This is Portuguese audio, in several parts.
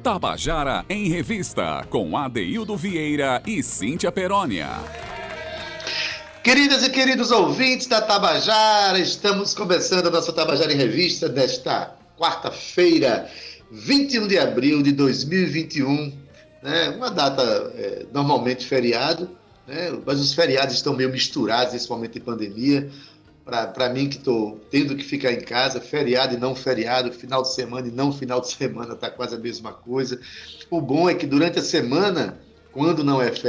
Tabajara em Revista, com Adeildo Vieira e Cíntia Perônia. Queridas e queridos ouvintes da Tabajara, estamos começando a nossa Tabajara em Revista desta quarta-feira, 21 de abril de 2021, né? Uma data normalmente feriado, né? Mas os feriados estão meio misturados nesse momento de pandemia. Para mim, que estou tendo que ficar em casa, feriado e não feriado, final de semana e não final de semana, está quase a mesma coisa. O bom é que durante a semana, quando não é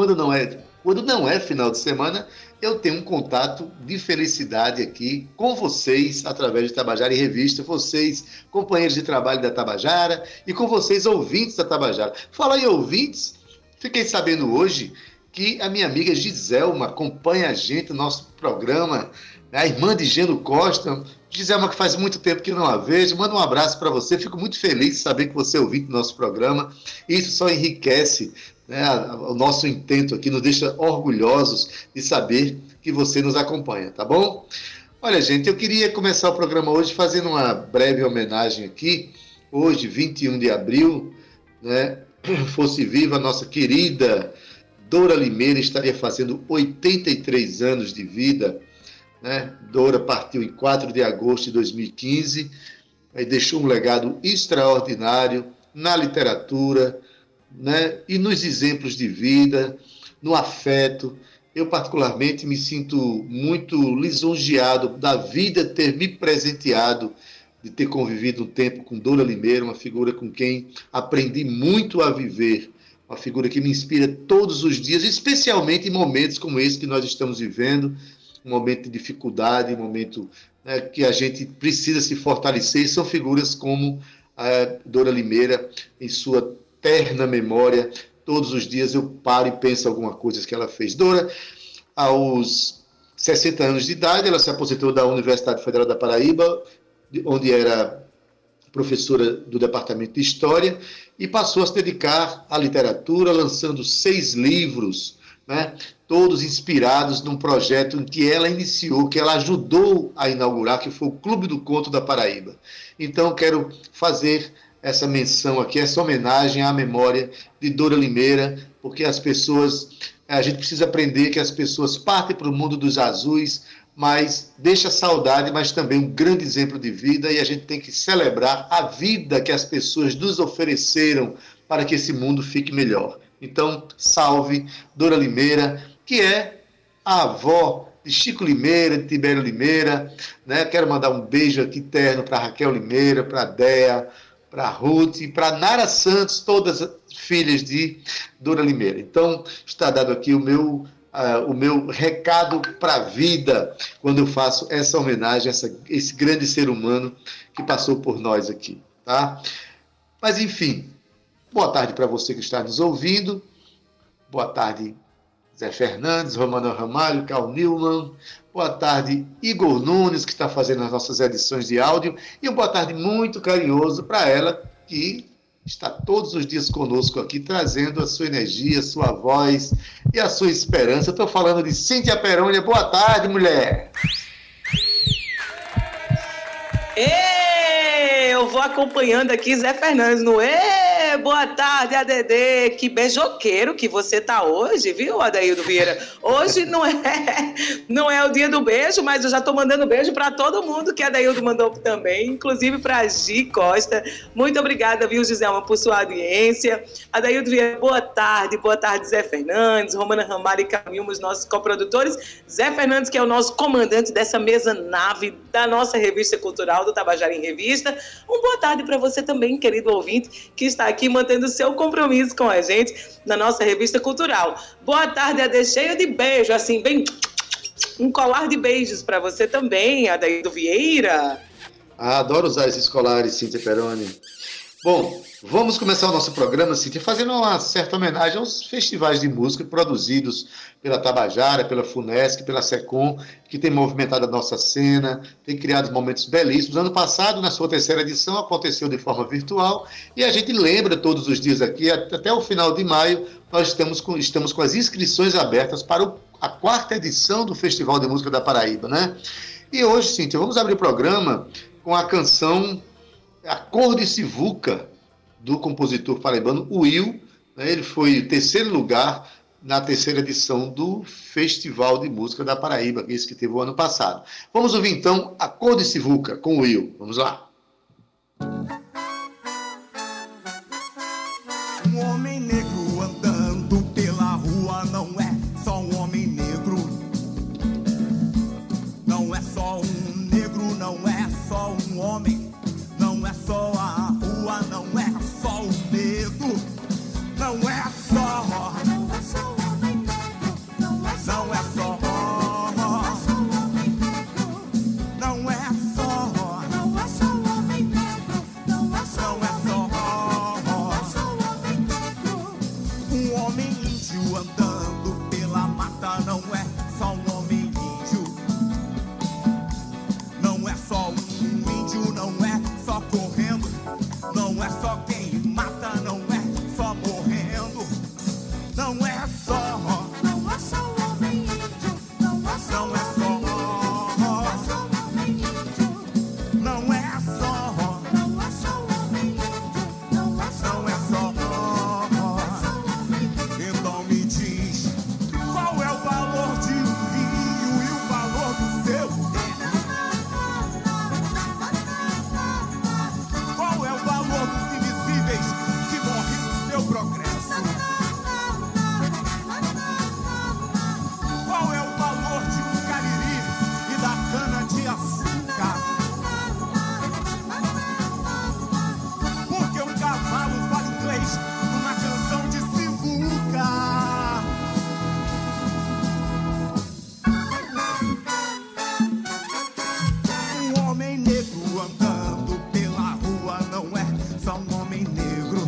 final de semana, eu tenho um contato de felicidade aqui com vocês, através de Tabajara em Revista, vocês, companheiros de trabalho da Tabajara, e com vocês, ouvintes da Tabajara. Fala aí, ouvintes, fiquei sabendo hoje que a minha amiga Giselma acompanha a gente no nosso programa, a irmã de Geno Costa. Giselma, que faz muito tempo que não a vejo, manda um abraço para você, fico muito feliz de saber que você é ouvinte do nosso programa, isso só enriquece, né, o nosso intento aqui, nos deixa orgulhosos de saber que você nos acompanha, tá bom? Olha, gente, eu queria começar o programa hoje fazendo uma breve homenagem aqui, hoje, 21 de abril, né, fosse viva a nossa querida Dora Limeira, estaria fazendo 83 anos de vida, né? Dora partiu em 4 de agosto de 2015, e deixou um legado extraordinário na literatura, né? E nos exemplos de vida, no afeto. Eu, particularmente, me sinto muito lisonjeado da vida ter me presenteado, de ter convivido um tempo com Dora Limeira, uma figura com quem aprendi muito a viver, uma figura que me inspira todos os dias, especialmente em momentos como esse que nós estamos vivendo, um momento de dificuldade, um momento, né, que a gente precisa se fortalecer. São figuras como a Dora Limeira, em sua terna memória. Todos os dias eu paro e penso alguma coisa que ela fez. Dora, aos 60 anos de idade, ela se aposentou da Universidade Federal da Paraíba, onde era professora do Departamento de História, e passou a se dedicar à literatura, lançando 6 livros, né, todos inspirados num projeto que ela iniciou, que ela ajudou a inaugurar, que foi o Clube do Conto da Paraíba. Então, quero fazer essa menção aqui, essa homenagem à memória de Dora Limeira, porque a gente precisa aprender que as pessoas partem para o mundo dos azuis, mas deixa saudade, mas também um grande exemplo de vida, e a gente tem que celebrar a vida que as pessoas nos ofereceram para que esse mundo fique melhor. Então, salve Dora Limeira, que é a avó de Chico Limeira, de Tibério Limeira, né? Quero mandar um beijo aqui terno para Raquel Limeira, para Dea, para Ruth e para Nara Santos, todas filhas de Dora Limeira. Então, está dado aqui o meu recado para a vida, quando eu faço essa homenagem a esse grande ser humano que passou por nós aqui, tá? Mas, enfim, boa tarde para você que está nos ouvindo. Boa tarde, Zé Fernandes, Romano Ramalho, Carl Newman. Boa tarde, Igor Nunes, que está fazendo as nossas edições de áudio. E uma boa tarde muito carinhoso para ela, que está todos os dias conosco aqui, trazendo a sua energia, a sua voz e a sua esperança. Estou falando de Cíntia Perônia. Boa tarde, mulher! Eu vou acompanhando aqui Zé Fernandes no boa tarde, ADD, que beijoqueiro que você tá hoje, viu, Adeildo Vieira? Hoje não é o dia do beijo, mas eu já tô mandando beijo para todo mundo que a Adeildo mandou também, inclusive para Gi Costa. Muito obrigada, viu, Giselma, por sua audiência. Adeildo Vieira, boa tarde, Zé Fernandes, Romana Ramalho e Camilo, os nossos coprodutores. Zé Fernandes, que é o nosso comandante dessa mesa nave da nossa revista cultural do Tabajara em Revista. Boa tarde para você também, querido ouvinte, que está aqui mantendo o seu compromisso com a gente na nossa revista cultural. Boa tarde, Ade, cheio de beijo, assim, bem um colar de beijos para você também, Adeildo Vieira. Adoro usar esses colares, Cíntia Peroni. Bom, vamos começar o nosso programa, Cíntia, fazendo uma certa homenagem aos festivais de música produzidos pela Tabajara, pela FUNESC, pela SECOM, que tem movimentado a nossa cena, tem criado momentos belíssimos. Ano passado, na sua 3ª edição, aconteceu de forma virtual, e a gente lembra todos os dias aqui, até o final de maio, nós estamos com as inscrições abertas para a 4ª edição do Festival de Música da Paraíba, né? E hoje, Cíntia, vamos abrir o programa com a canção A Cor de Sivuca, do compositor paraibano Will, né? Ele foi o terceiro lugar na terceira edição do Festival de Música da Paraíba, esse que teve o ano passado. Vamos ouvir então A Cor de Sivuca, com o Will. Vamos lá. Um homem negro andando pela rua não é só um homem negro. Não é só um negro, não é só um homem. Não é só a rua, não é só o medo. Não é só. Não é só o homem negro. Não é só. Não é só. Não é só o homem negro. Não é só. Não é só o homem negro. Não é só. Não é só. Não é só o homem negro. Um homem índio andando pela mata não é só um homem índio. Não é só um índio, não é só correndo. Não é só quem mata, não é só morrendo. Não é só. Não é só o homem índio. Não é só. Não é só. Não é só o homem índio. Não é só. Não é só o homem índio. Não é só. Não é só. Não é só o homem índio. Então me diz, qual é o valor de um rio e o valor do seu tempo? Qual é o valor dos invisíveis que morrem no seu progresso? Qual é o valor de um cariri e da cana de açúcar? Porque um cavalo fala inglês numa canção de sivuca. Um homem negro andando pela rua não é só um homem negro.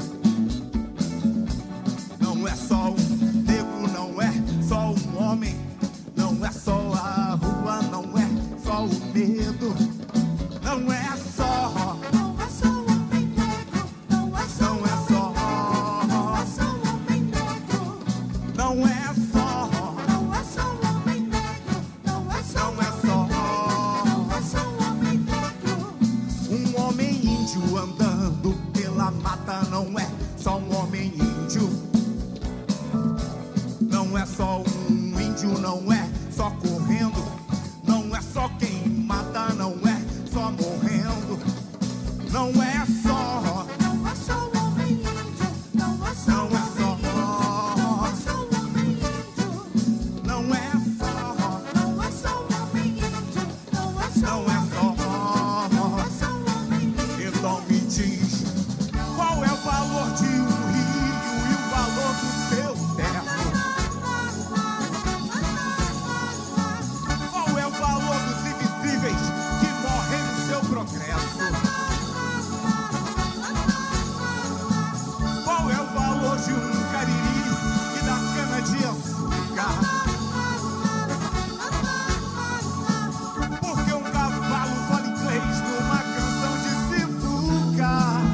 Não é só um negro, não é só um homem. Não é só a rua, não é só o medo. Não é só. Não é só o homem negro. Não é só. Não é só. Não é só o homem negro. Não é só. Não é só o homem negro. Não é só. Não é só. Não é só o homem negro. Um homem índio andando pela mata não é só um homem índio. Não é só um índio, não é só correndo. Não é só quem mata, não é só morrendo. Não é só. Não é só o homem índio. Não é só. Não é só. Não é só o homem índio. Não é só. Não é só o homem índio. Não é só. Não é só. Não é só o homem índio. Então me diz, qual é o valor de um rio e o valor do seu terno? Qual é o valor dos invisíveis que morrem no seu progresso? Qual é o valor de um cariri e da cana de açúcar? Porque um cavalo fala inglês numa canção de sivuca.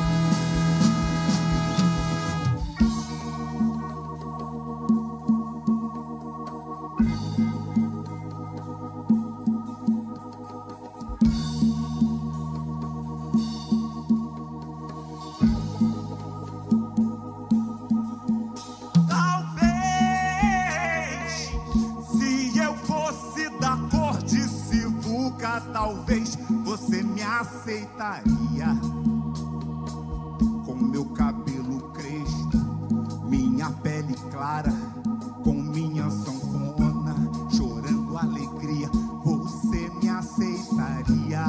Talvez, se eu fosse da cor de sivuca, talvez você me aceitaria. Com meu cabelo crespo, minha pele clara, com minha sanfona, chorando alegria, você me aceitaria.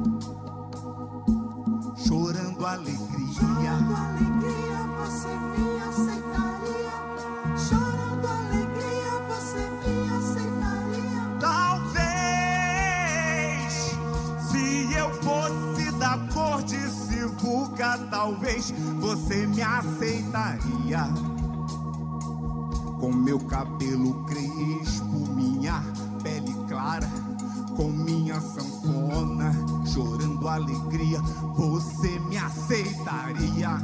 Chorando alegria. Chorando alegria, você me aceitaria. Chorando alegria, você me aceitaria. Talvez, se eu fosse da cor de sivuca, talvez você me aceitaria. Com meu cabelo crespo, minha pele clara, com minha sanfona, chorando alegria, você me aceitaria.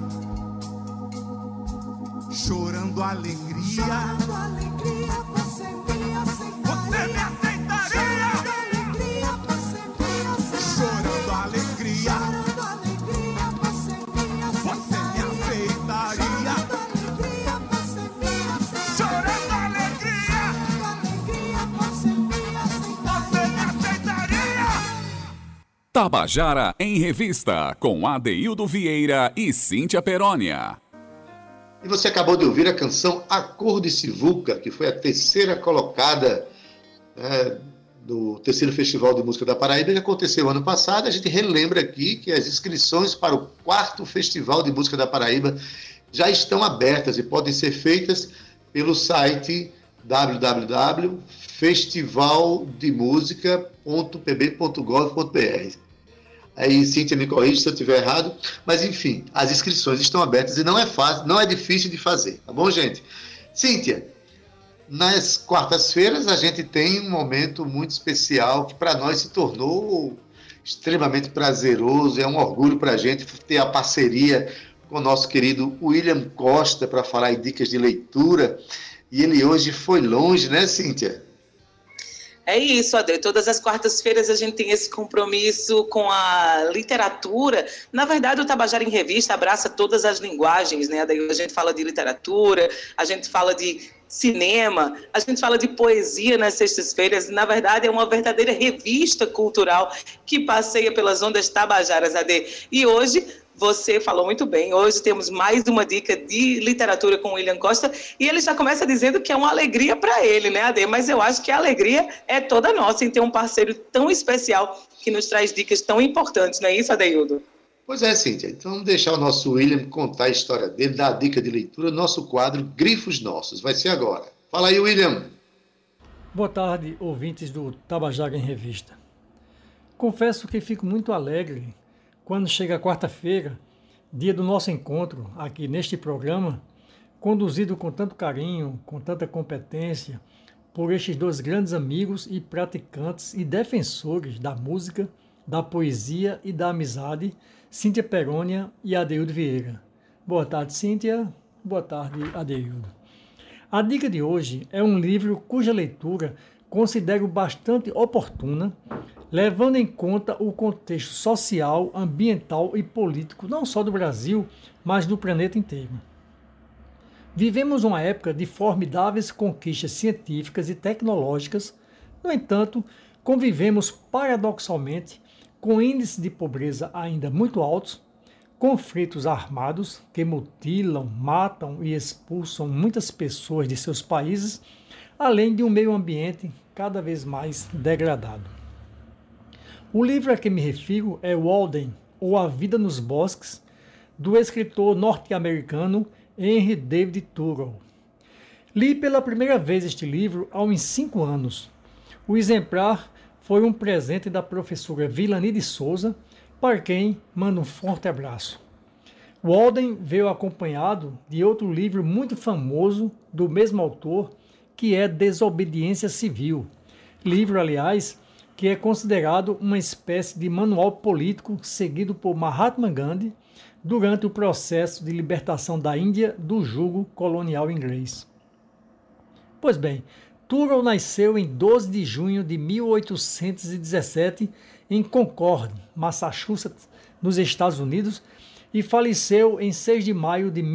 Chorando alegria. Chorando alegria, você me aceitaria. Você me aceitaria. Chorando alegria, você me aceitaria. Chorando alegria. Chorando alegria, você me aceitaria. Você me Tabajara em Revista, com Adeildo Vieira e Cíntia Perônia. E você acabou de ouvir a canção A Cor de Sivuca, que foi a terceira colocada do terceiro Festival de Música da Paraíba, que aconteceu ano passado. A gente relembra aqui que as inscrições para o 4º Festival de Música da Paraíba já estão abertas e podem ser feitas pelo site www.festivaldemusica.pb.gov.br. Aí Cíntia me corrige se eu estiver errado, mas enfim, as inscrições estão abertas e não é fácil, não é difícil de fazer, tá bom, gente? Cíntia, nas quartas-feiras a gente tem um momento muito especial que para nós se tornou extremamente prazeroso, é um orgulho para a gente ter a parceria com o nosso querido William Costa para falar em dicas de leitura, e ele hoje foi longe, né, Cíntia? É isso, Ade. Todas as quartas-feiras a gente tem esse compromisso com a literatura. Na verdade, o Tabajara em Revista abraça todas as linguagens, né, Ade? A gente fala de literatura, a gente fala de cinema, a gente fala de poesia nas sextas-feiras. Na verdade, é uma verdadeira revista cultural que passeia pelas ondas tabajaras, Ade. E hoje você falou muito bem. Hoje temos mais uma dica de literatura com o William Costa e ele já começa dizendo que é uma alegria para ele, né, Ade? Mas eu acho que a alegria é toda nossa em ter um parceiro tão especial que nos traz dicas tão importantes, não é isso, Adeildo? Pois é, Cíntia. Então vamos deixar o nosso William contar a história dele, dar a dica de leitura, nosso quadro Grifos Nossos. Vai ser agora. Fala aí, William. Boa tarde, ouvintes do Tabajara em Revista. Confesso que fico muito alegre quando chega a quarta-feira, dia do nosso encontro aqui neste programa, conduzido com tanto carinho, com tanta competência, por estes dois grandes amigos e praticantes e defensores da música, da poesia e da amizade, Cíntia Perônia e Adeildo Vieira. Boa tarde, Cíntia. Boa tarde, Adeildo. A dica de hoje é um livro cuja leitura considero bastante oportuna, levando em conta o contexto social, ambiental e político, não só do Brasil, mas do planeta inteiro. Vivemos uma época de formidáveis conquistas científicas e tecnológicas, no entanto, convivemos paradoxalmente com índices de pobreza ainda muito altos, conflitos armados que mutilam, matam e expulsam muitas pessoas de seus países, além de um meio ambiente cada vez mais degradado. O livro a que me refiro é Walden, ou A Vida nos Bosques, do escritor norte-americano Henry David Thoreau. Li pela primeira vez este livro há uns 5 anos. O exemplar foi um presente da professora Vilani de Souza, para quem mando um forte abraço. Walden veio acompanhado de outro livro muito famoso do mesmo autor, que é Desobediência Civil. Livro, aliás, que é considerado uma espécie de manual político seguido por Mahatma Gandhi durante o processo de libertação da Índia do jugo colonial inglês. Pois bem, Thoreau nasceu em 12 de junho de 1817 em Concord, Massachusetts, nos Estados Unidos, e faleceu em 6 de maio de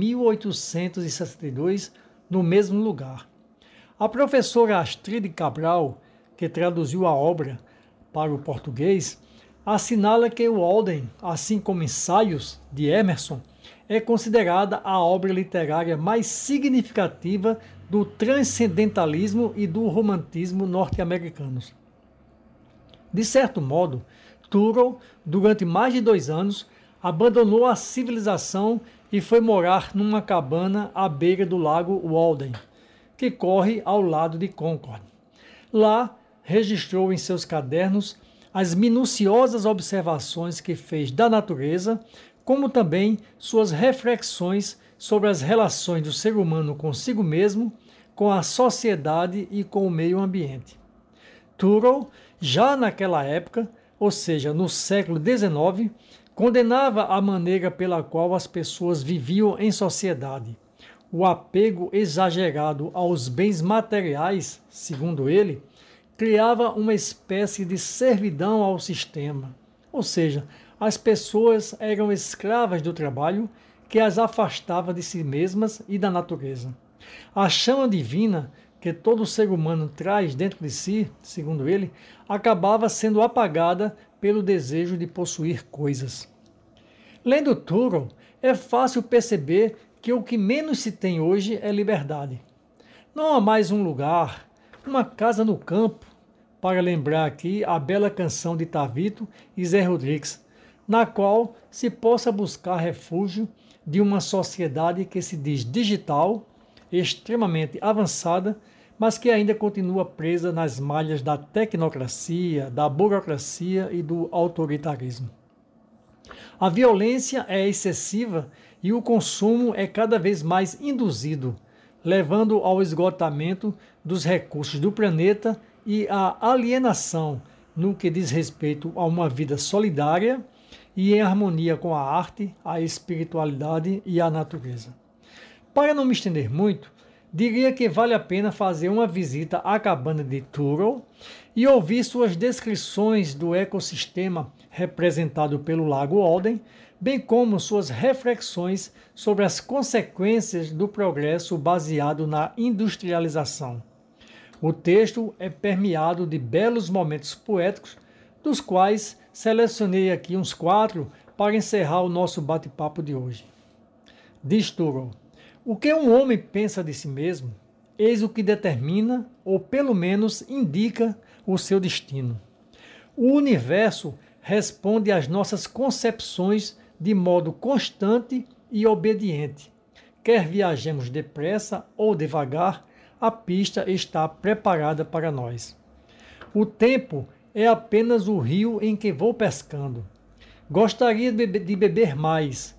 1862 no mesmo lugar. A professora Astrid Cabral, que traduziu a obra para o português, assinala que Walden, assim como Ensaios, de Emerson, é considerada a obra literária mais significativa do transcendentalismo e do romantismo norte-americanos. De certo modo, Thoreau, durante mais de 2 anos, abandonou a civilização e foi morar numa cabana à beira do lago Walden, que corre ao lado de Concord. Lá, registrou em seus cadernos as minuciosas observações que fez da natureza, como também suas reflexões sobre as relações do ser humano consigo mesmo, com a sociedade e com o meio ambiente. Thoreau, já naquela época, ou seja, no século XIX, condenava a maneira pela qual as pessoas viviam em sociedade. O apego exagerado aos bens materiais, segundo ele, criava uma espécie de servidão ao sistema, ou seja, as pessoas eram escravas do trabalho que as afastava de si mesmas e da natureza. A chama divina que todo ser humano traz dentro de si, segundo ele, acabava sendo apagada pelo desejo de possuir coisas. Lendo Thoreau, é fácil perceber que o que menos se tem hoje é liberdade. Não há mais um lugar, uma casa no campo, para lembrar aqui a bela canção de Tavito e Zé Rodrigues, na qual se possa buscar refúgio de uma sociedade que se diz digital, extremamente avançada, mas que ainda continua presa nas malhas da tecnocracia, da burocracia e do autoritarismo. A violência é excessiva e o consumo é cada vez mais induzido, levando ao esgotamento dos recursos do planeta e à alienação no que diz respeito a uma vida solidária e em harmonia com a arte, a espiritualidade e a natureza. Para não me estender muito, diria que vale a pena fazer uma visita à cabana de Thoreau e ouvir suas descrições do ecossistema representado pelo Lago Walden, bem como suas reflexões sobre as consequências do progresso baseado na industrialização. O texto é permeado de belos momentos poéticos, dos quais selecionei aqui uns 4 para encerrar o nosso bate-papo de hoje. Diz Thoreau: o que um homem pensa de si mesmo, eis o que determina, ou pelo menos indica, o seu destino. O universo responde às nossas concepções de modo constante e obediente. Quer viajemos depressa ou devagar, a pista está preparada para nós. O tempo é apenas o rio em que vou pescando. Gostaria de beber mais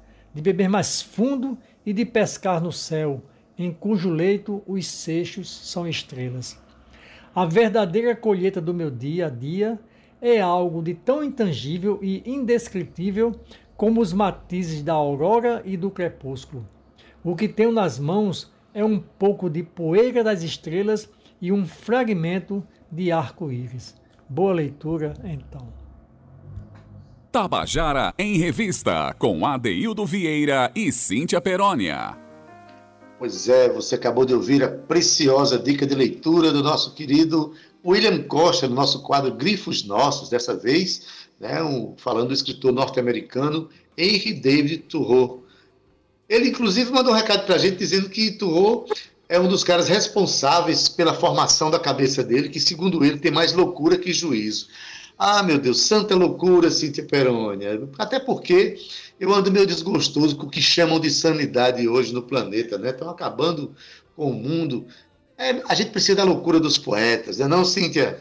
fundo e de pescar no céu, em cujo leito os seixos são estrelas. A verdadeira colheita do meu dia a dia é algo de tão intangível e indescritível como os matizes da aurora e do crepúsculo. O que tenho nas mãos é um pouco de poeira das estrelas e um fragmento de arco-íris. Boa leitura, então. Tabajara em Revista, com Adeildo Vieira e Cíntia Perônia. Pois é, você acabou de ouvir a preciosa dica de leitura do nosso querido William Costa, no nosso quadro Grifos Nossos, dessa vez, né, falando do escritor norte-americano Henry David Thoreau. Ele, inclusive, mandou um recado para a gente dizendo que Thoreau é um dos caras responsáveis pela formação da cabeça dele, que, segundo ele, tem mais loucura que juízo. Ah, meu Deus, santa loucura, Cíntia Perônia. Até porque eu ando meio desgostoso com o que chamam de sanidade hoje no planeta, né? Estão acabando com o mundo. A gente precisa da loucura dos poetas, não é não, Cíntia?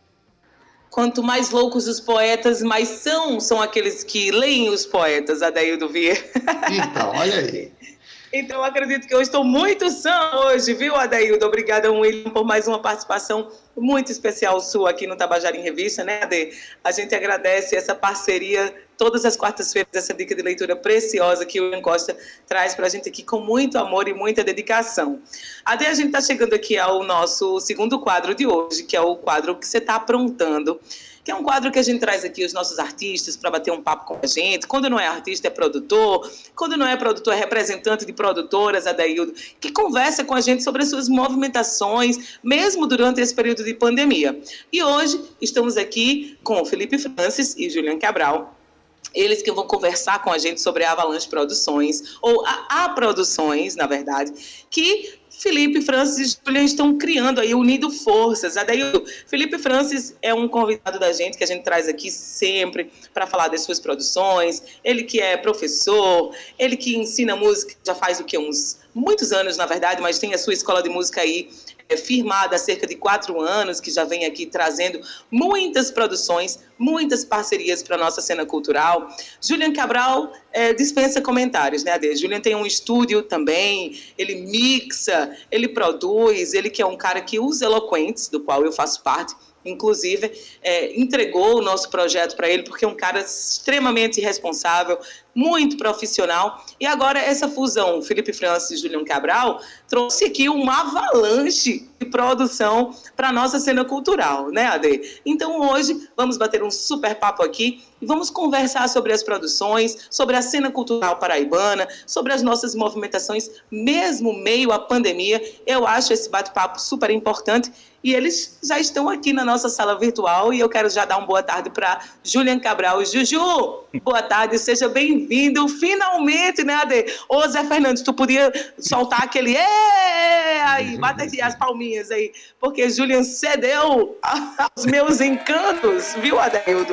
Quanto mais loucos os poetas, mais são aqueles que leem os poetas, Adeildo Vieira. Então, olha aí. Então, eu acredito que eu estou muito sã hoje, viu, Adeildo? Obrigada, William, por mais uma participação muito especial sua aqui no Tabajara em Revista, né, Ade? A gente agradece essa parceria todas as quartas-feiras, essa dica de leitura preciosa que o William Costa traz para a gente aqui com muito amor e muita dedicação. Ade, a gente está chegando aqui ao nosso segundo quadro de hoje, que é o quadro que você está aprontando, que é um quadro que a gente traz aqui os nossos artistas para bater um papo com a gente. Quando não é artista, é produtor. Quando não é produtor, é representante de produtoras, Adeildo, que conversa com a gente sobre as suas movimentações, mesmo durante esse período de pandemia. E hoje estamos aqui com o Felipe Francis e Julian Cabral, eles que vão conversar com a gente sobre a Avalanche Produções, ou a Produções, na verdade, que Felipe Francis e Julian estão criando aí, unindo forças. Adeildo, Felipe Francis é um convidado da gente, que a gente traz aqui sempre para falar das suas produções. Ele que é professor, ele que ensina música já faz muitos anos, na verdade, mas tem a sua escola de música aí, firmada há cerca de 4 anos, que já vem aqui trazendo muitas produções, muitas parcerias para a nossa cena cultural. Julian Cabral dispensa comentários, né, Ade? Julian tem um estúdio também, ele mixa, ele produz, ele que é um cara que usa Eloquentes, do qual eu faço parte, inclusive, entregou o nosso projeto para ele, porque é um cara extremamente responsável, muito profissional. E agora essa fusão, Felipe Francis e Julian Cabral, trouxe aqui uma avalanche de produção para a nossa cena cultural, né, Ade? Então hoje vamos bater um super papo aqui e vamos conversar sobre as produções, sobre a cena cultural paraibana, sobre as nossas movimentações, mesmo meio à pandemia. Eu acho esse bate-papo super importante e eles já estão aqui na nossa sala virtual e eu quero já dar uma boa tarde para Julian Cabral. Juju, boa tarde, seja bem-vindo, finalmente, né, Ade? Ô, Zé Fernandes, tu podia soltar aquele aí, bata aqui as palminhas aí, porque Julian cedeu aos meus encantos, viu, Adeildo?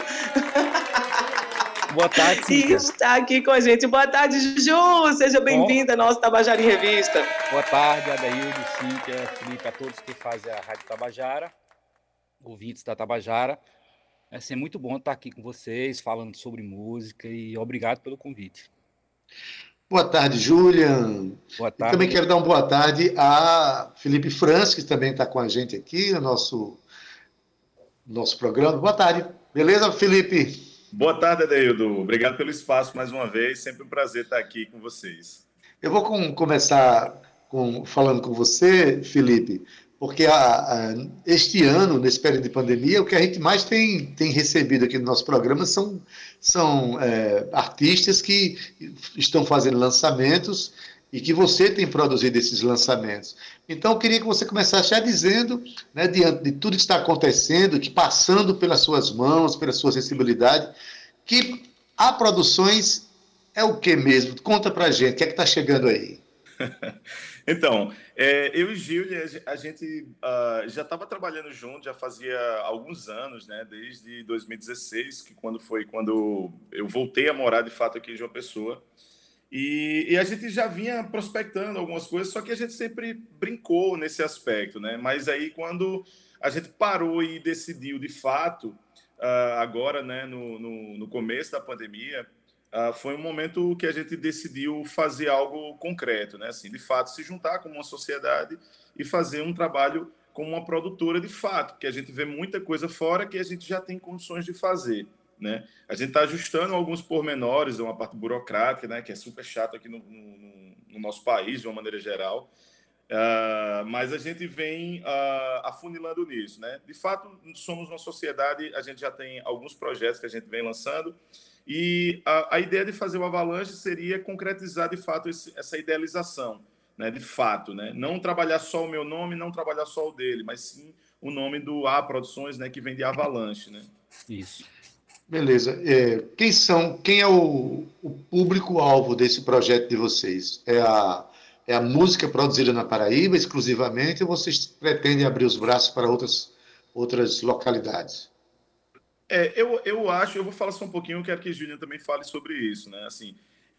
Boa tarde, Cíntia. E está aqui com a gente. Boa tarde, Juju. Seja bem-vinda à nossa Tabajara em Revista. Boa tarde, Adaildo, Cíntia, Felipe, a todos que fazem a Rádio Tabajara, ouvintes da Tabajara. É muito bom estar aqui com vocês, falando sobre música, e obrigado pelo convite. Boa tarde, Julian. Boa tarde. E também quero dar uma boa tarde a Felipe Francis, que também está com a gente aqui no nosso programa. Boa tarde. Beleza, Felipe? Boa tarde, Adeildo. Obrigado pelo espaço mais uma vez. Sempre um prazer estar aqui com vocês. Eu vou começar falando com você, Felipe, porque este ano, nesse período de pandemia, o que a gente mais tem recebido aqui no nosso programa são artistas que estão fazendo lançamentos e que você tem produzido esses lançamentos. Então, eu queria que você começasse já dizendo, né, diante de tudo que está acontecendo, que passando pelas suas mãos, pela sua sensibilidade, que a Produções é o que mesmo? Conta pra gente, o que é que está chegando aí? Então, eu e Gília, a gente já estava trabalhando junto, já fazia alguns anos, né, desde 2016, quando eu voltei a morar, de fato, aqui em João Pessoa. E a gente já vinha prospectando algumas coisas, só que a gente sempre brincou nesse aspecto, né? Mas aí, quando a gente parou e decidiu, de fato, agora, né, no começo da pandemia, foi um momento que a gente decidiu fazer algo concreto, né? Assim, de fato, se juntar como uma sociedade e fazer um trabalho como uma produtora de fato, porque a gente vê muita coisa fora que a gente já tem condições de fazer, né? A gente está ajustando alguns pormenores, uma parte burocrática, né, que é super chato aqui no nosso país, de uma maneira geral, mas a gente vem afunilando nisso, né? De fato, somos uma sociedade, a gente já tem alguns projetos que a gente vem lançando, e a ideia de fazer o Avalanche seria concretizar, de fato, essa idealização, né, de fato, né? Não trabalhar só o meu nome, não trabalhar só o dele, mas sim o nome do A Produções, né, que vem de Avalanche, né? Isso. Beleza. Quem é o público-alvo desse projeto de vocês? É a música produzida na Paraíba exclusivamente ou vocês pretendem abrir os braços para outras localidades? Eu vou falar só um pouquinho, eu quero que a Júlia também fale sobre isso, né? Assim,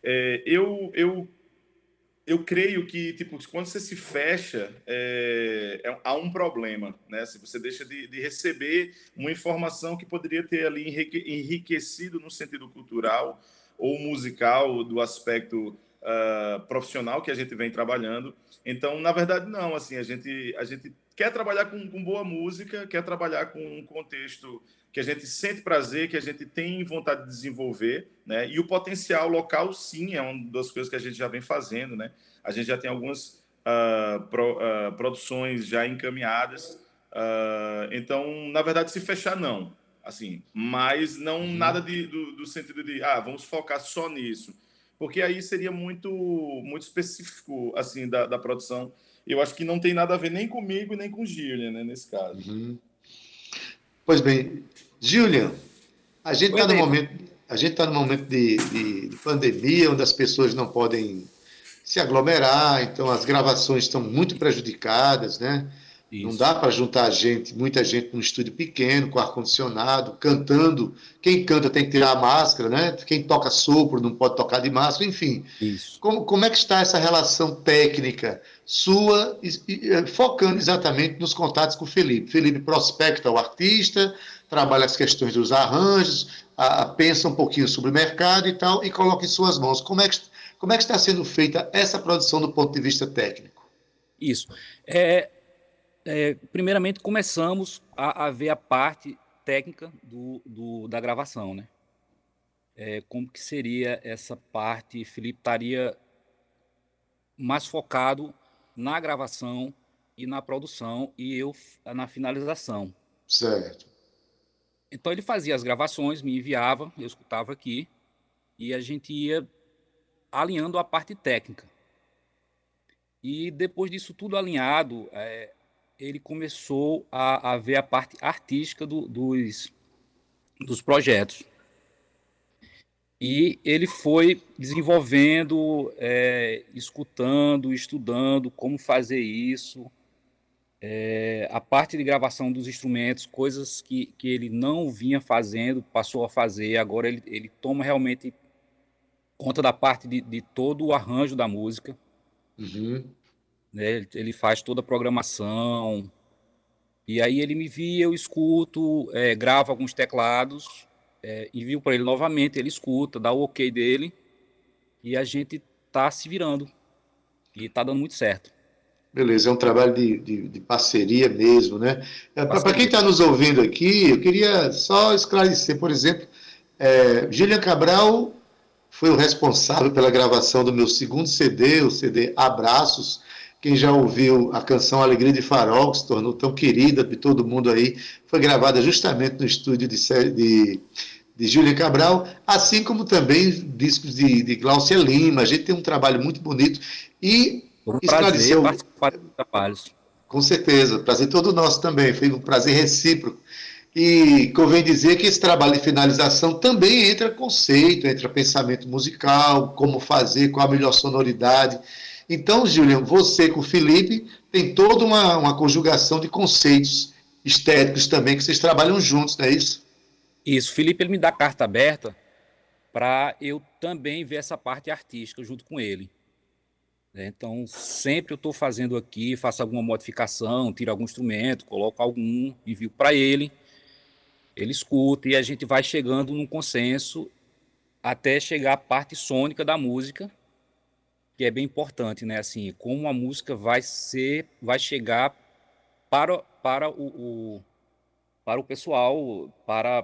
eu creio que, tipo, quando você se fecha, há um problema, né? Se você deixa de receber uma informação que poderia ter ali enriquecido no sentido cultural ou musical, do aspecto profissional que a gente vem trabalhando. Então, na verdade, não. Assim, a gente quer trabalhar com boa música, quer trabalhar com um contexto que a gente sente prazer, que a gente tem vontade de desenvolver, né? E o potencial local, sim, é uma das coisas que a gente já vem fazendo, né? A gente já tem algumas produções já encaminhadas. Então, na verdade, se fechar, não. Assim, mas não nada do sentido de, vamos focar só nisso. Porque aí seria muito, muito específico, assim, da produção. Eu acho que não tem nada a ver nem comigo e nem com o Gillian, né, nesse caso. Uhum. Pois bem, Julian, a gente está no momento de pandemia, onde as pessoas não podem se aglomerar, então as gravações estão muito prejudicadas, né? Isso. Não dá para juntar muita gente num estúdio pequeno, com ar-condicionado, cantando. Quem canta tem que tirar a máscara, né? Quem toca sopro não pode tocar de máscara, enfim. Isso. Como é que está essa relação técnica sua, focando exatamente nos contatos com o Felipe? Felipe prospecta o artista, trabalha as questões dos arranjos, pensa um pouquinho sobre o mercado e tal, e coloca em suas mãos. Como é que está sendo feita essa produção do ponto de vista técnico? Isso. Primeiramente, começamos a ver a parte técnica da gravação, né? como que seria essa parte. Felipe estaria mais focado na gravação e na produção, e eu na finalização. Certo. Então ele fazia as gravações, me enviava, eu escutava aqui, e a gente ia alinhando a parte técnica. E depois disso tudo alinhado, ele começou a ver a parte artística dos projetos. E ele foi desenvolvendo, escutando, estudando como fazer isso. A parte de gravação dos instrumentos, coisas que ele não vinha fazendo, passou a fazer. Agora ele toma realmente conta da parte de todo o arranjo da música. Uhum. Né? Ele faz toda a programação. E aí ele me via, eu escuto, gravo alguns teclados, envio para ele novamente, ele escuta, dá o ok dele, e a gente tá se virando. E tá dando muito certo. Beleza, é um trabalho de parceria mesmo, né? Para quem está nos ouvindo aqui, eu queria só esclarecer, por exemplo, Julian Cabral foi o responsável pela gravação do meu segundo CD, o CD Abraços. Quem já ouviu a canção Alegria de Farol, que se tornou tão querida de todo mundo aí, foi gravada justamente no estúdio de Julian Cabral, assim como também discos de Glaucia Lima. A gente tem um trabalho muito bonito e prazer participar dos trabalhos. Com certeza, prazer todo nosso também, foi um prazer recíproco. E convém dizer que esse trabalho de finalização também entra conceito, entra pensamento musical, como fazer, qual a melhor sonoridade. Então, Julian, você com o Felipe tem toda uma conjugação de conceitos estéticos também, que vocês trabalham juntos, não é isso? Isso, o Felipe ele me dá carta aberta para eu também ver essa parte artística junto com ele. Então, sempre eu estou fazendo aqui, faço alguma modificação, tiro algum instrumento, coloco algum, envio para ele, ele escuta e a gente vai chegando num consenso até chegar à parte sônica da música, que é bem importante, né? Assim, como a música vai chegar para o pessoal, para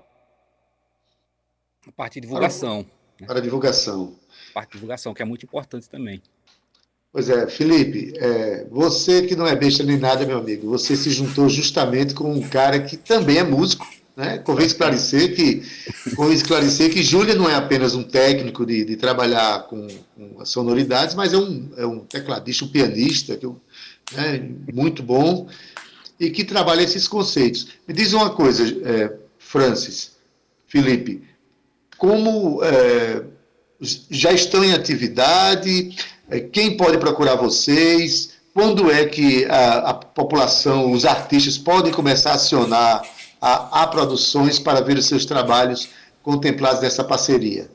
a parte de divulgação. Para a divulgação. A parte de divulgação, que é muito importante também. Pois é, Felipe, você que não é besta nem nada, meu amigo, você se juntou justamente com um cara que também é músico, né? Convém esclarecer que Júlia não é apenas um técnico de trabalhar com as sonoridades, mas é um tecladista, um pianista, muito bom, e que trabalha esses conceitos. Me diz uma coisa, Francis, Felipe, como já estão em atividade? Quem pode procurar vocês? Quando é que a população, os artistas podem começar a acionar a produções para ver os seus trabalhos contemplados nessa parceria?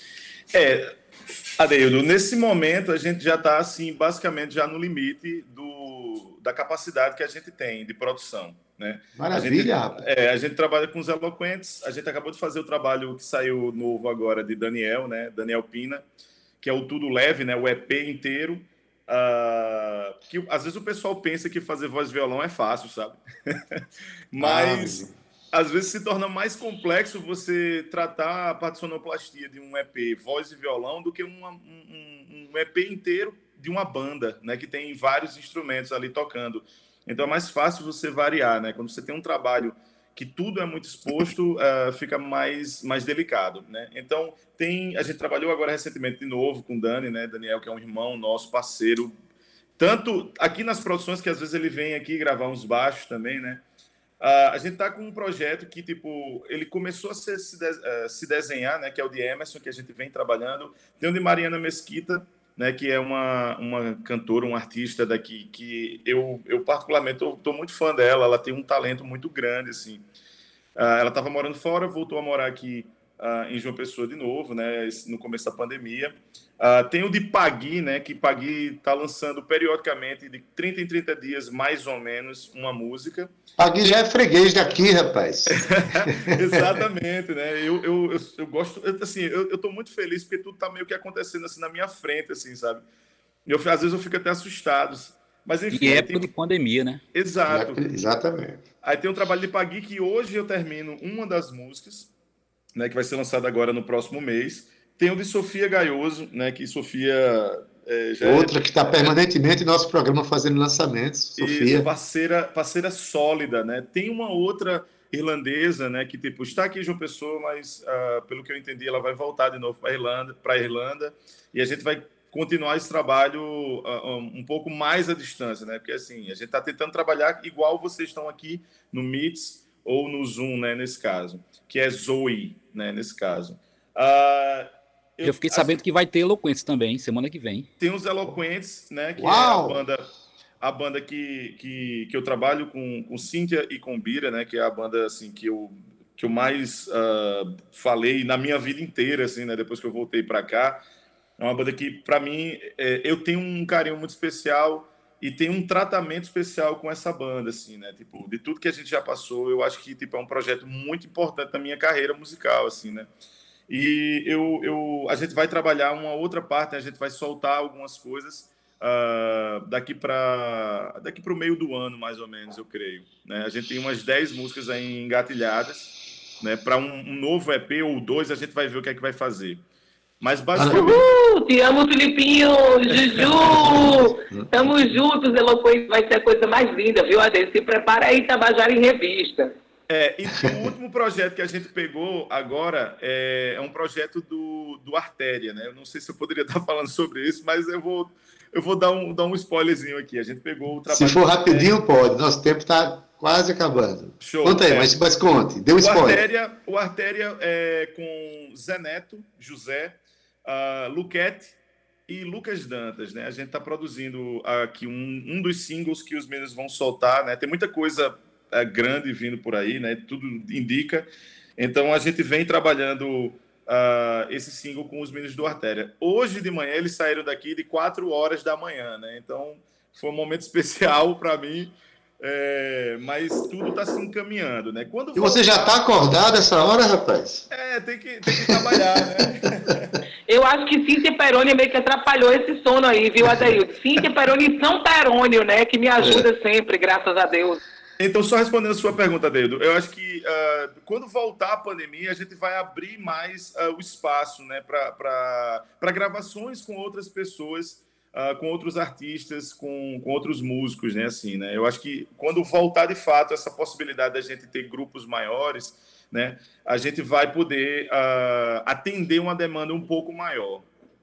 Adeildo, nesse momento a gente já está assim, basicamente já no limite da capacidade que a gente tem de produção. Né? Maravilha, rapaz. A gente trabalha com os Eloquentes, a gente acabou de fazer o trabalho que saiu novo agora de Daniel, né? Daniel Pina, que é o Tudo Leve, né? O EP inteiro. Que às vezes o pessoal pensa que fazer voz e violão é fácil, sabe? Mas às vezes se torna mais complexo você tratar a parte de sonoplastia de um EP voz e violão do que um EP inteiro de uma banda, né? Que tem vários instrumentos ali tocando. Então é mais fácil você variar, né? Quando você tem um trabalho que tudo é muito exposto, fica mais delicado, né? Então, a gente trabalhou agora recentemente de novo com o Dani, né? Daniel, que é um irmão nosso, parceiro, tanto aqui nas produções, que às vezes ele vem aqui gravar uns baixos também, né? A gente tá com um projeto que, tipo, ele começou a se desenhar, né? Que é o de Emerson, que a gente vem trabalhando. Tem o de Mariana Mesquita, né, que é uma cantora, uma artista daqui, que eu particularmente estou muito fã dela. Ela tem um talento muito grande, assim. Ela estava morando fora, voltou a morar aqui em João Pessoa de novo, né, no começo da pandemia. Tem o de Pagui, né, que Pagui está lançando periodicamente, de 30 em 30 dias, mais ou menos, uma música. Pagui já é freguês daqui, rapaz. Exatamente, né? Eu gosto, assim, eu tô muito feliz porque tudo tá meio que acontecendo assim na minha frente, assim, sabe? Às vezes eu fico até assustado. Mas enfim. E época de pandemia, né? Exato. Exatamente. Aí tem o trabalho de Pagui, que hoje eu termino uma das músicas. né, que vai ser lançado agora no próximo mês. Tem o de Sofia Gaioso, né, que Sofia... Outra que está permanentemente em nosso programa fazendo lançamentos, Sofia. Isso, parceira sólida, né? Tem uma outra irlandesa, né, que tipo, está aqui em João Pessoa, mas pelo que eu entendi, ela vai voltar de novo para a Irlanda, e a gente vai continuar esse trabalho um pouco mais à distância, né? Porque assim, a gente está tentando trabalhar igual vocês estão aqui no Meets ou no Zoom, né, nesse caso, que é Zoe, né, nesse caso. Eu fiquei sabendo que vai ter Eloquentes também, semana que vem. Tem os Eloquentes, né? Que Uau! é a banda que eu trabalho com Cíntia e com Bira, né? Que é a banda assim, que eu mais falei na minha vida inteira, assim, né? Depois que eu voltei para cá. É uma banda que, para mim, eu tenho um carinho muito especial e tenho um tratamento especial com essa banda, assim, né? Tipo, de tudo que a gente já passou, eu acho que tipo, é um projeto muito importante na minha carreira musical, assim, né? E a gente vai trabalhar uma outra parte, né? A gente vai soltar algumas coisas daqui para o meio do ano, mais ou menos, eu creio, né? A gente tem umas 10 músicas aí engatilhadas, né? Para um novo EP ou 2, a gente vai ver o que é que vai fazer. Mas basicamente... Te amo, Filipinho! Juju! Tamo juntos, Eloquente, vai ser a coisa mais linda, viu, Ade? Se prepara aí, Tabajara em Revista. E o último projeto que a gente pegou agora é um projeto do Artéria, né? Eu não sei se eu poderia estar falando sobre isso, mas eu vou dar um spoilerzinho aqui. A gente pegou o trabalho... Se for rapidinho, pode. Nosso tempo está quase acabando. Show. Conta aí, mas conte. Dê um spoiler. O Artéria é com Zé Neto, José, Luquete e Lucas Dantas, né? A gente está produzindo aqui um dos singles que os meninos vão soltar, né? Tem muita coisa grande vindo por aí, né? Tudo indica. Então a gente vem trabalhando esse single com os meninos do Artéria. Hoje de manhã eles saíram daqui de 4 horas da manhã, né? Então foi um momento especial para mim, mas tudo está se encaminhando, né? E você já está acordado essa hora, rapaz? Tem que trabalhar, né? Eu acho que Cíntia Peroni meio que atrapalhou esse sono aí, viu, Adaildo? Cíntia Peroni São Perônio, né? Que me ajuda sempre, graças a Deus. Então, só respondendo a sua pergunta, Deildo, eu acho que quando voltar a pandemia, a gente vai abrir mais o espaço, né, para gravações com outras pessoas, com outros artistas, com outros músicos, né, assim, né? Eu acho que quando voltar de fato essa possibilidade da gente ter grupos maiores, né, a gente vai poder atender uma demanda um pouco maior.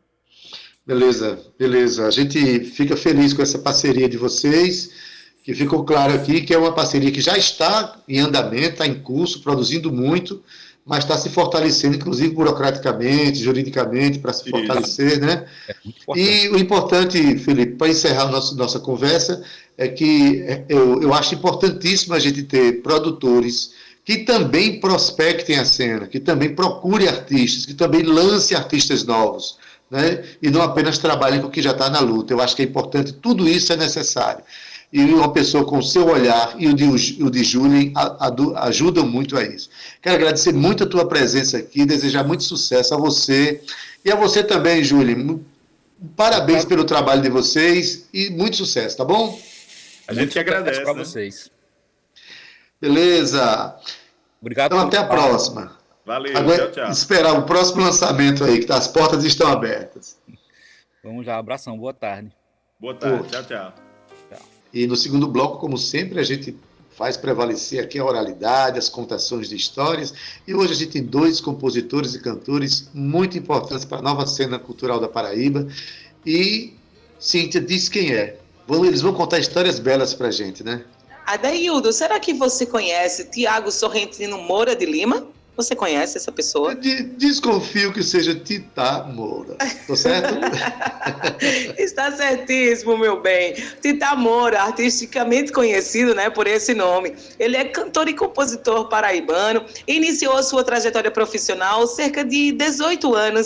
Beleza. A gente fica feliz com essa parceria de vocês, que ficou claro aqui que é uma parceria que já está em andamento, está em curso, produzindo muito, mas está se fortalecendo, inclusive burocraticamente, juridicamente, para se fortalecer, né? E o importante, Felipe, para encerrar nossa conversa, é que eu acho importantíssimo a gente ter produtores que também prospectem a cena, que também procurem artistas, que também lancem artistas novos, né? E não apenas trabalhem com o que já está na luta. Eu acho que é importante, tudo isso é necessário. E uma pessoa com o seu olhar e o de Julien ajudam muito a isso. Quero agradecer muito a tua presença aqui, desejar muito sucesso a você e a você também, Julien. Parabéns pelo trabalho de vocês e muito sucesso, tá bom? A gente agradece para vocês. Beleza. Obrigado. Então até a próxima. Valeu, tchau. Esperar o próximo lançamento aí, que as portas estão abertas. Vamos lá, abração, boa tarde. Boa tarde, tchau. E no segundo bloco, como sempre, a gente faz prevalecer aqui a oralidade, as contações de histórias. E hoje a gente tem 2 compositores e cantores muito importantes para a nova cena cultural da Paraíba. E Cíntia diz quem é. Eles vão contar histórias belas para a gente, né? Adaildo, será que você conhece Tiago Sorrentino Moura de Lima? Você conhece essa pessoa? Desconfio que seja Tita Moura. Tô certo? Está certíssimo, meu bem. Tita Moura, artisticamente conhecido, né, por esse nome. Ele é cantor e compositor paraibano. Iniciou sua trajetória profissional há cerca de 18 anos,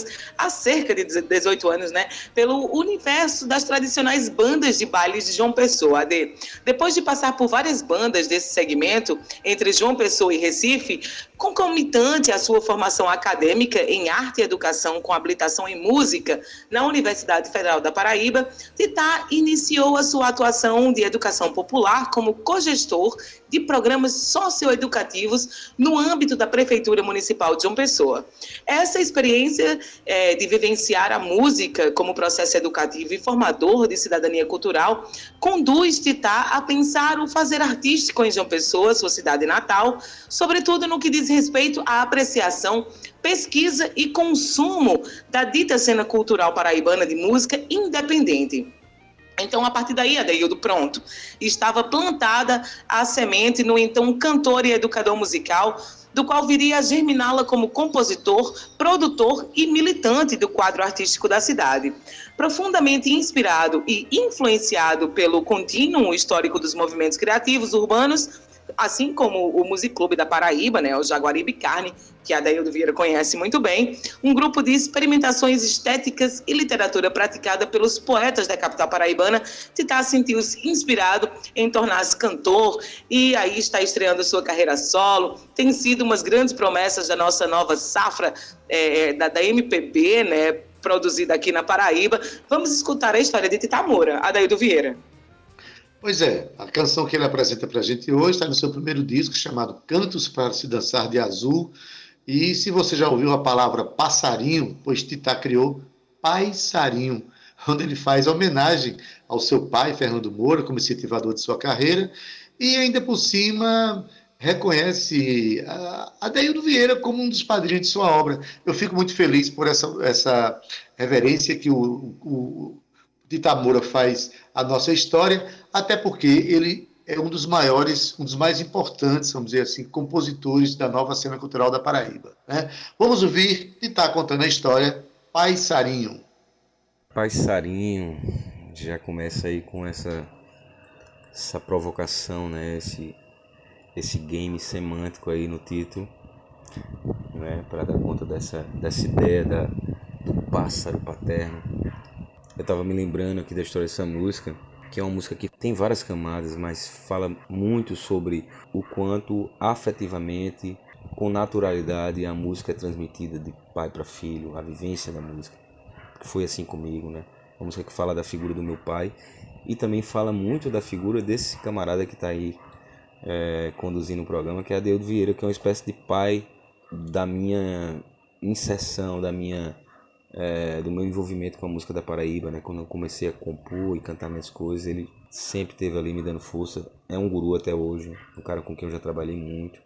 né, pelo universo das tradicionais bandas de bailes de João Pessoa, AD. Depois de passar por várias bandas desse segmento, entre João Pessoa e Recife, concomitante concomitante à sua formação acadêmica em arte e educação com habilitação em música na Universidade Federal da Paraíba, Tita iniciou a sua atuação de educação popular como cogestor de programas socioeducativos no âmbito da Prefeitura Municipal de João Pessoa. Essa experiência de vivenciar a música como processo educativo e formador de cidadania cultural conduz Tita a pensar o fazer artístico em João Pessoa, sua cidade natal, sobretudo no que diz respeito à apreciação, pesquisa e consumo da dita cena cultural paraibana de música independente. Então, a partir daí, Adeildo, pronto, estava plantada a semente no então cantor e educador musical, do qual viria a germiná-la como compositor, produtor e militante do quadro artístico da cidade. Profundamente inspirado e influenciado pelo contínuo histórico dos movimentos criativos urbanos, assim como o Musiclube da Paraíba, o Jaguaribe Carne, que a Adeildo Vieira conhece muito bem, um grupo de experimentações estéticas e literatura praticada pelos poetas da capital paraibana, Tita sentiu-se inspirado em tornar-se cantor e aí está estreando sua carreira solo. Tem sido umas grandes promessas da nossa nova safra da MPB, produzida aqui na Paraíba. Vamos escutar a história de Tita Moura, Adeildo Vieira. Pois é, a canção que ele apresenta para a gente hoje está no seu primeiro disco, chamado Cantos para se Dançar de Azul. E se você já ouviu a palavra passarinho, pois Tita criou Paisarinho, onde ele faz homenagem ao seu pai, Fernando Moura, como incentivador de sua carreira, e ainda por cima reconhece a Adeildo Vieira como um dos padrinhos de sua obra. Eu fico muito feliz por essa reverência que o Tita Moura faz à nossa história, até porque ele é um dos maiores, um dos mais importantes, vamos dizer assim, compositores da nova cena cultural da Paraíba, né? Vamos ouvir Tita contando a história Paisarinho. Paisarinho já começa aí com essa provocação, né? Esse game semântico aí no título, né? Para dar conta dessa ideia do pássaro paterno. Eu estava me lembrando aqui da história dessa música, que é uma música que tem várias camadas, mas fala muito sobre o quanto afetivamente, com naturalidade, a música é transmitida de pai para filho, a vivência da música. Foi assim comigo, né? Uma música que fala da figura do meu pai e também fala muito da figura desse camarada que está aí conduzindo o programa, que é Adeildo Vieira, que é uma espécie de pai da minha inserção, do meu envolvimento com a música da Paraíba, né? Quando eu comecei a compor e cantar minhas coisas, ele sempre esteve ali me dando força. É um guru até hoje, um cara com quem eu já trabalhei muito.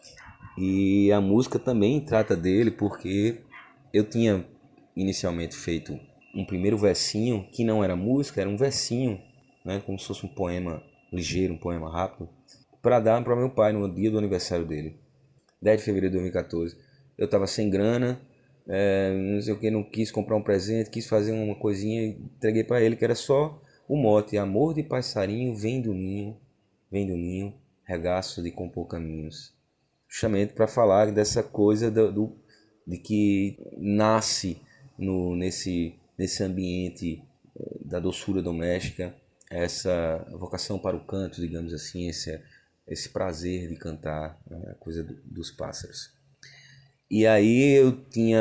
E a música também trata dele, porque eu tinha inicialmente feito um primeiro versinho, que não era música, era um versinho, né? Como se fosse um poema ligeiro, um poema rápido, para dar para meu pai no dia do aniversário dele, 10 de fevereiro de 2014. Eu estava sem grana, não sei o que, não quis comprar um presente, quis fazer uma coisinha e entreguei para ele, que era só o mote: amor de passarinho vem do ninho, regaço de compor caminhos. Justamente para falar dessa coisa de que nasce nesse ambiente da doçura doméstica, essa vocação para o canto, digamos assim, esse prazer de cantar, né, a coisa dos pássaros. E aí eu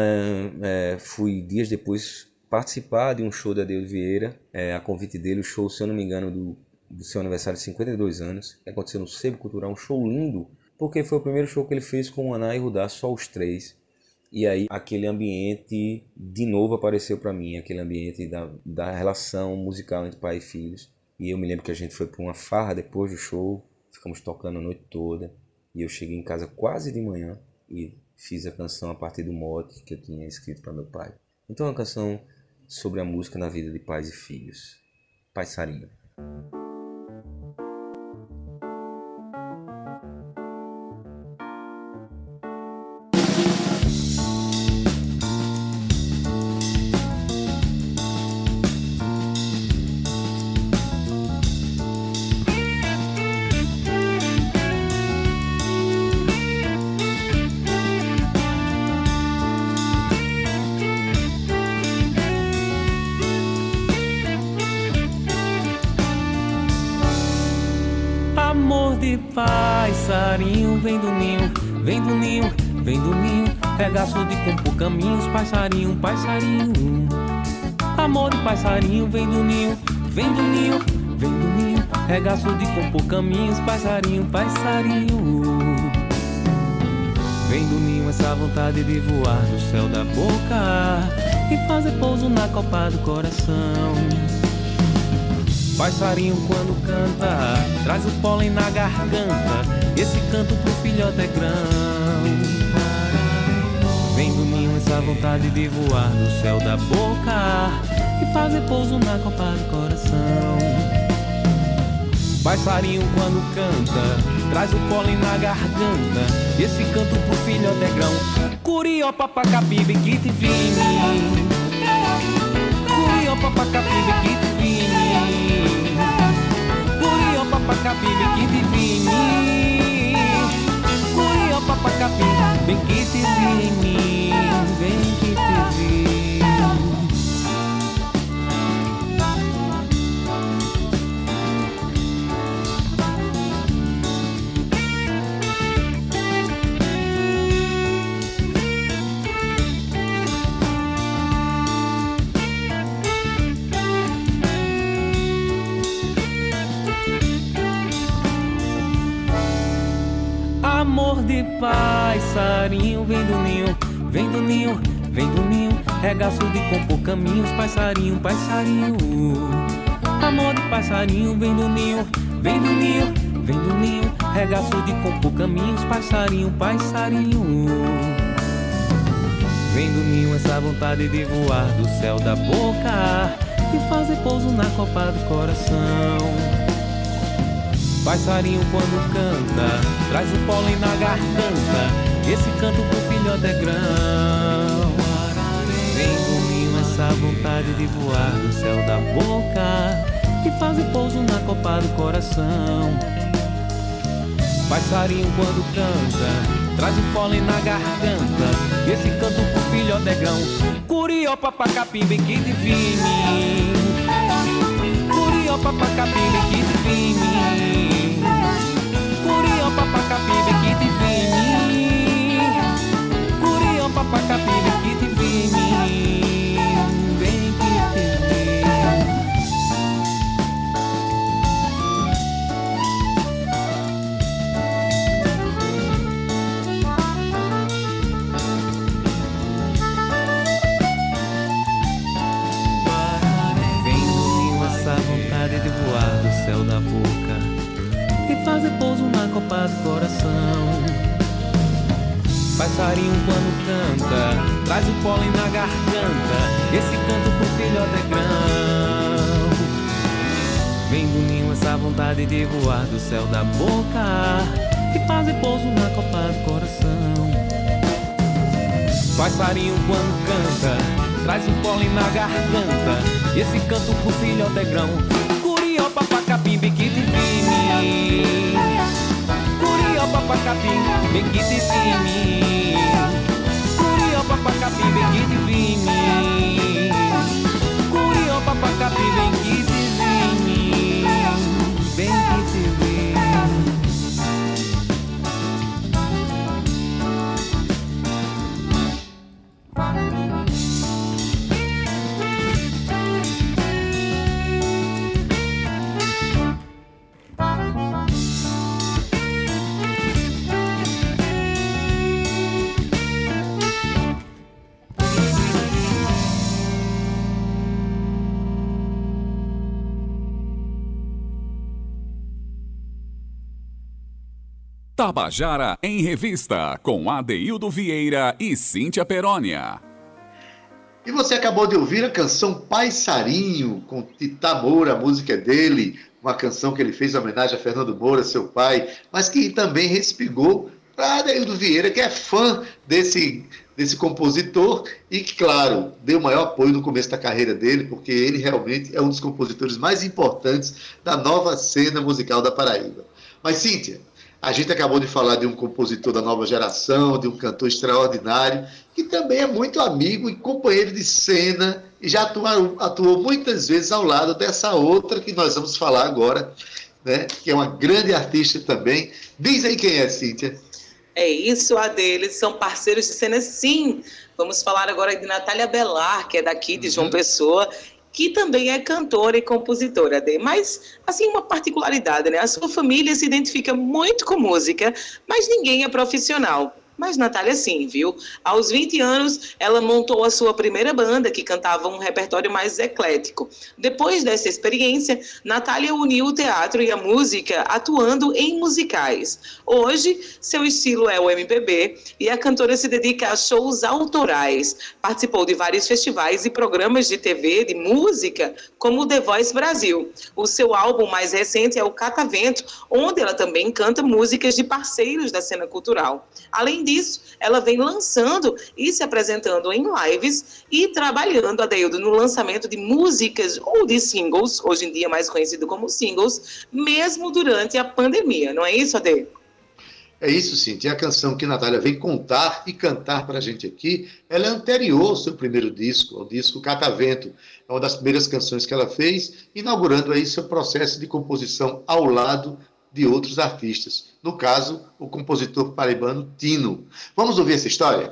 fui dias depois participar de um show da Adeildo Vieira, a convite dele, o show, se eu não me engano, do seu aniversário de 52 anos, que aconteceu no Sebo Cultural, um show lindo, porque foi o primeiro show que ele fez com o Aná e Rudá, só os três. E aí aquele ambiente de novo apareceu para mim, aquele ambiente da relação musical entre pai e filhos. E eu me lembro que a gente foi para uma farra depois do show, ficamos tocando a noite toda, e eu cheguei em casa quase de manhã e fiz a canção a partir do mote que eu tinha escrito para meu pai. Então é uma canção sobre a música na vida de pais e filhos. Paisarinho. Passarinho vem do ninho, vem do ninho, regaço de compor caminhos, passarinho, passarinho. Amor de passarinho, vem do ninho, vem do ninho, vem do ninho, regaço de compor caminhos, passarinho, passarinho. Vem do ninho essa vontade de voar no céu da boca e fazer pouso na copa do coração. Passarinho quando canta, traz o pólen na garganta, esse canto pro filhote é grão. Vem do ninho essa vontade de voar no céu da boca e fazer pouso na copa do coração. Passarinho quando canta, traz o pólen na garganta, esse canto pro filhote é grão. Curió, papacapibe, que te vini. Curió, papacapibe, que te vini. Curió, papacapibe, que te vini. Curió, papacapibe, bem que te vini, bem que te vini. Amor de passarinho, vem do ninho, vem do ninho, vem do ninho, regaço de compor caminhos, passarinho, passarinho. Amor de passarinho, vem do ninho, vem do ninho, vem do ninho, regaço de compor caminhos, passarinho, passarinho. Vem do ninho essa vontade de voar do céu da boca e fazer pouso na copa do coração. Passarinho quando canta, traz o pólen na garganta, esse canto pro filhote é grão. Vem do ninho essa vontade de voar do céu da boca e fazer pouso na copa do coração. Passarinho quando canta, traz o pólen na garganta, esse canto pro filhote é grão. Curió, papacapibe, que te vini. Curió, papacapibe, que te vini. Curió, papacapibe, que te vini. Curió, papacapibe, que te vini, bem que te vini. Vem do ninho essa vontade de voar do céu da boca e fazer pouso na copa do coração. Passarinho quando canta, traz o pólen na garganta, esse canto pro filhote é grão. Vem do ninho essa vontade de voar do céu da boca e fazer pouso na copa do coração. Passarinho quando canta, traz o pólen na garganta, esse canto pro filhote é grão. Curió, papacapibe, que te vini. Curió, papacapibe, que te vini. Curió, papacapibe, que te vini. Curió, papacapibe, que te vini, bem que te vini. Tabajara em Revista, com Adeildo Vieira e Cíntia Perônia. E você acabou de ouvir a canção Passarinho, com Tita Moura, a música é dele, uma canção que ele fez em homenagem a Fernando Moura, seu pai, mas que também respingou para Adeildo Vieira, que é fã desse compositor e que, claro, deu o maior apoio no começo da carreira dele, porque ele realmente é um dos compositores mais importantes da nova cena musical da Paraíba. Mas, Cíntia, a gente acabou de falar de um compositor da nova geração, de um cantor extraordinário, que também é muito amigo e companheiro de cena e já atuou muitas vezes ao lado dessa outra que nós vamos falar agora, né? Que é uma grande artista também. Diz aí quem é, Cíntia. É isso, Ade, eles são parceiros de cena, sim. Vamos falar agora de Natália Belar, que é daqui de João Pessoa, que também é cantora e compositora, Ade. Mas, assim, uma particularidade, né? A sua família se identifica muito com música, mas ninguém é profissional. Mas Natália sim, viu? Aos 20 anos, ela montou a sua primeira banda, que cantava um repertório mais eclético. Depois dessa experiência, Natália uniu o teatro e a música, atuando em musicais. Hoje, seu estilo é o MPB e a cantora se dedica a shows autorais. Participou de vários festivais e programas de TV de música, como o The Voice Brasil. O seu álbum mais recente é o Catavento, onde ela também canta músicas de parceiros da cena cultural. Além disso, ela vem lançando e se apresentando em lives e trabalhando, Adeildo, no lançamento de músicas ou de singles, hoje em dia mais conhecido como singles, mesmo durante a pandemia. Não é isso, Ade? É isso, Cíntia. A canção que a Natália vem contar e cantar para a gente aqui, ela é anterior ao seu primeiro disco, ao disco Catavento. É uma das primeiras canções que ela fez, inaugurando aí seu processo de composição ao lado de outros artistas. No caso, o compositor paraibano Tino. Vamos ouvir essa história?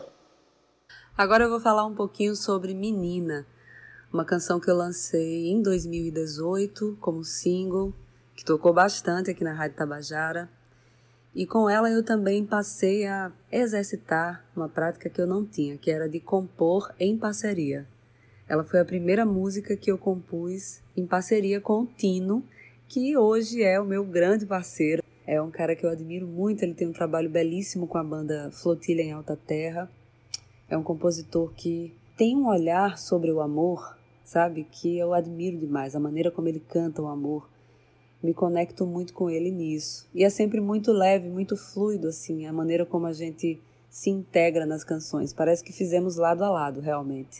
Agora eu vou falar um pouquinho sobre Menina, uma canção que eu lancei em 2018 como single, que tocou bastante aqui na Rádio Tabajara. E com ela eu também passei a exercitar uma prática que eu não tinha, que era de compor em parceria. Ela foi a primeira música que eu compus em parceria com o Tino, que hoje é o meu grande parceiro. É um cara que eu admiro muito, ele tem um trabalho belíssimo com a banda Flotilha em Alta Terra. É um compositor que tem um olhar sobre o amor, sabe? Que eu admiro demais, a maneira como ele canta o amor. Me conecto muito com ele nisso. E é sempre muito leve, muito fluido, assim, a maneira como a gente se integra nas canções. Parece que fizemos lado a lado, realmente.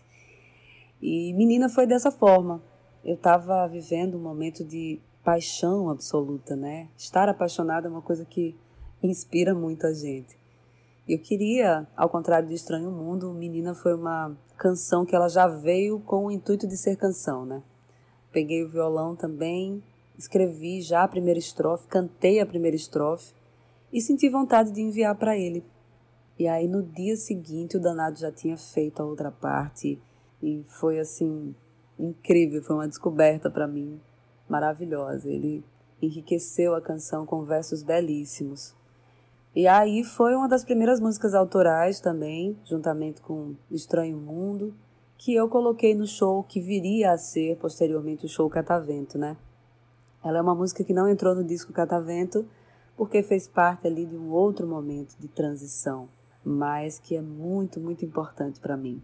E Menina foi dessa forma. Eu estava vivendo um momento de paixão absoluta, né? Estar apaixonado é uma coisa que inspira muito a gente. Eu queria, ao contrário de Estranho Mundo, Menina foi uma canção que ela já veio com o intuito de ser canção, né? Peguei o violão também, escrevi já a primeira estrofe, cantei a primeira estrofe e senti vontade de enviar para ele. E aí no dia seguinte o danado já tinha feito a outra parte e foi assim incrível, foi uma descoberta para mim. Maravilhosa, ele enriqueceu a canção com versos belíssimos. E aí foi uma das primeiras músicas autorais também, juntamente com Estranho Mundo, que eu coloquei no show que viria a ser posteriormente o show Catavento, né? Ela é uma música que não entrou no disco Catavento porque fez parte ali de um outro momento de transição, mas que é muito, muito importante para mim.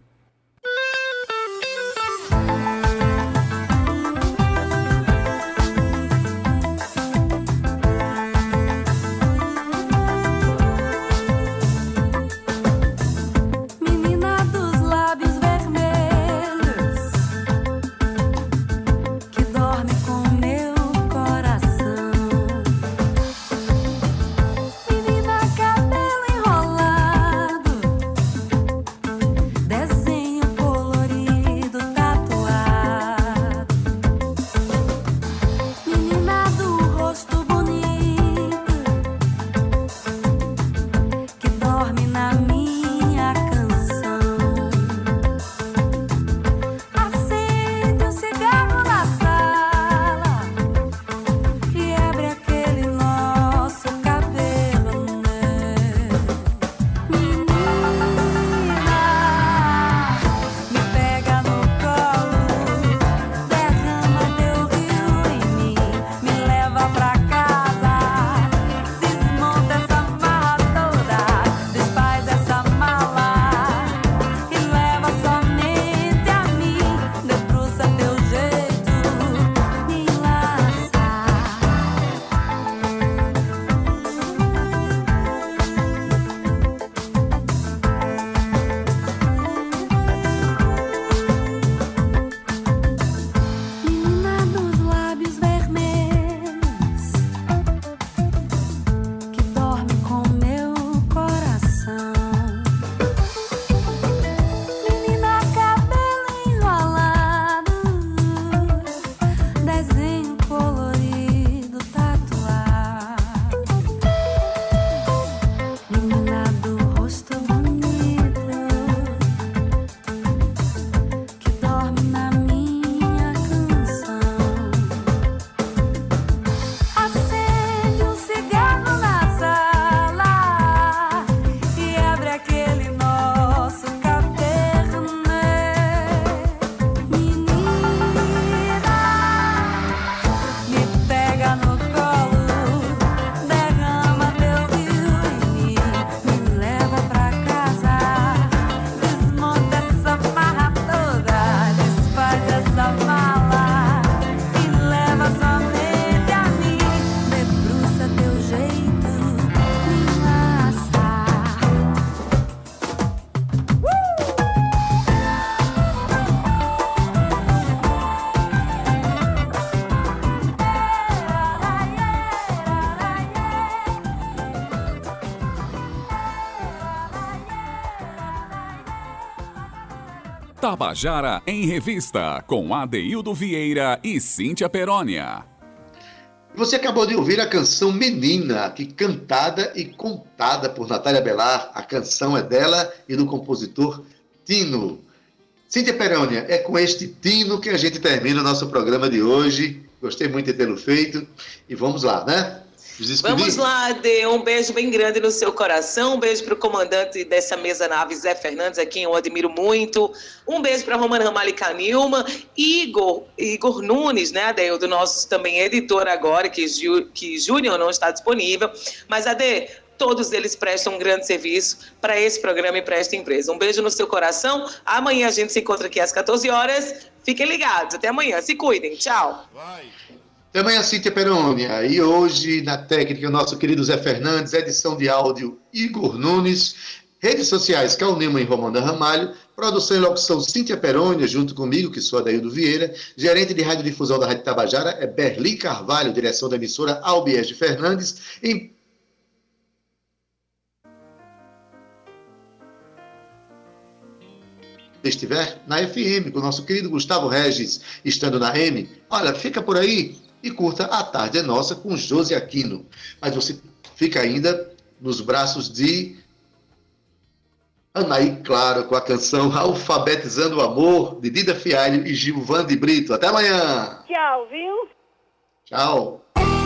Desce Tabajara em Revista, com Adeildo Vieira e Cíntia Perônia. Você acabou de ouvir a canção Menina, que cantada e contada por Natália Belar. A canção é dela e do compositor Tino. Cíntia Perônia, é com este Tino que a gente termina o nosso programa de hoje. Gostei muito de tê-lo feito. E vamos lá, né? Vamos lá, Ade, um beijo bem grande no seu coração, um beijo para o comandante dessa mesa nave, Zé Fernandes, a quem eu admiro muito, um beijo para Romana Ramalho e Canilma, Igor Nunes, né, Ade, do nosso também editor agora, que Júnior não está disponível, mas Ade, todos eles prestam um grande serviço para esse programa e para esta empresa. Um beijo no seu coração, amanhã a gente se encontra aqui às 14 horas, fiquem ligados, até amanhã, se cuidem, tchau. Até amanhã, Cíntia Perônia. E hoje, na técnica, o nosso querido Zé Fernandes, edição de áudio Igor Nunes, redes sociais Cal Neumann e Romana Ramalho, produção e locução Cíntia Perônia, junto comigo, que sou Adeildo Vieira, gerente de radiodifusão da Rádio Tabajara é Berli Carvalho, direção da emissora Albiés de Fernandes, estiver na FM, com o nosso querido Gustavo Regis, estando na M, olha, fica por aí e curta A Tarde é Nossa com Josi Aquino. Mas você fica ainda nos braços de Anaí Claro, com a canção Alfabetizando o Amor, de Dida Fialho e Gilvan de Brito. Até amanhã! Tchau, viu? Tchau!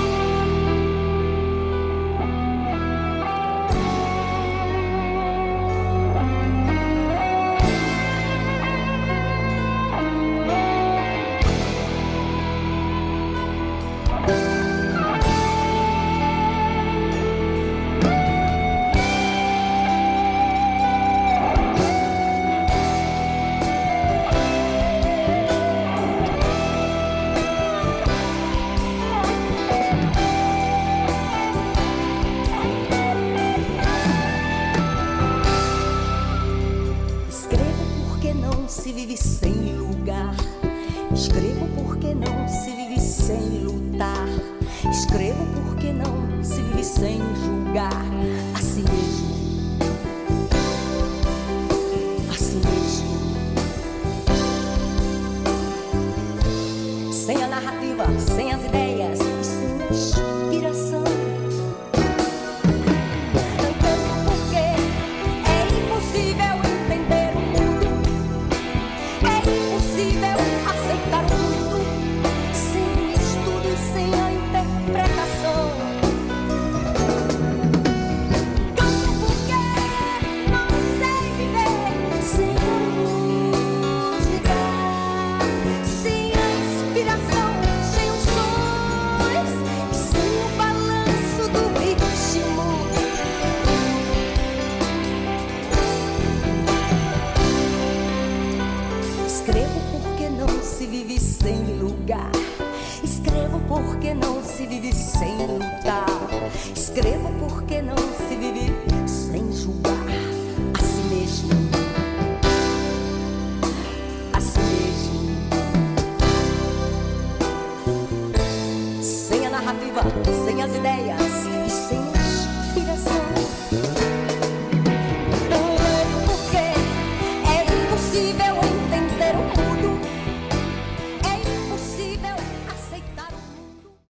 Sem as ideias e sem inspiração. Não é porque é impossível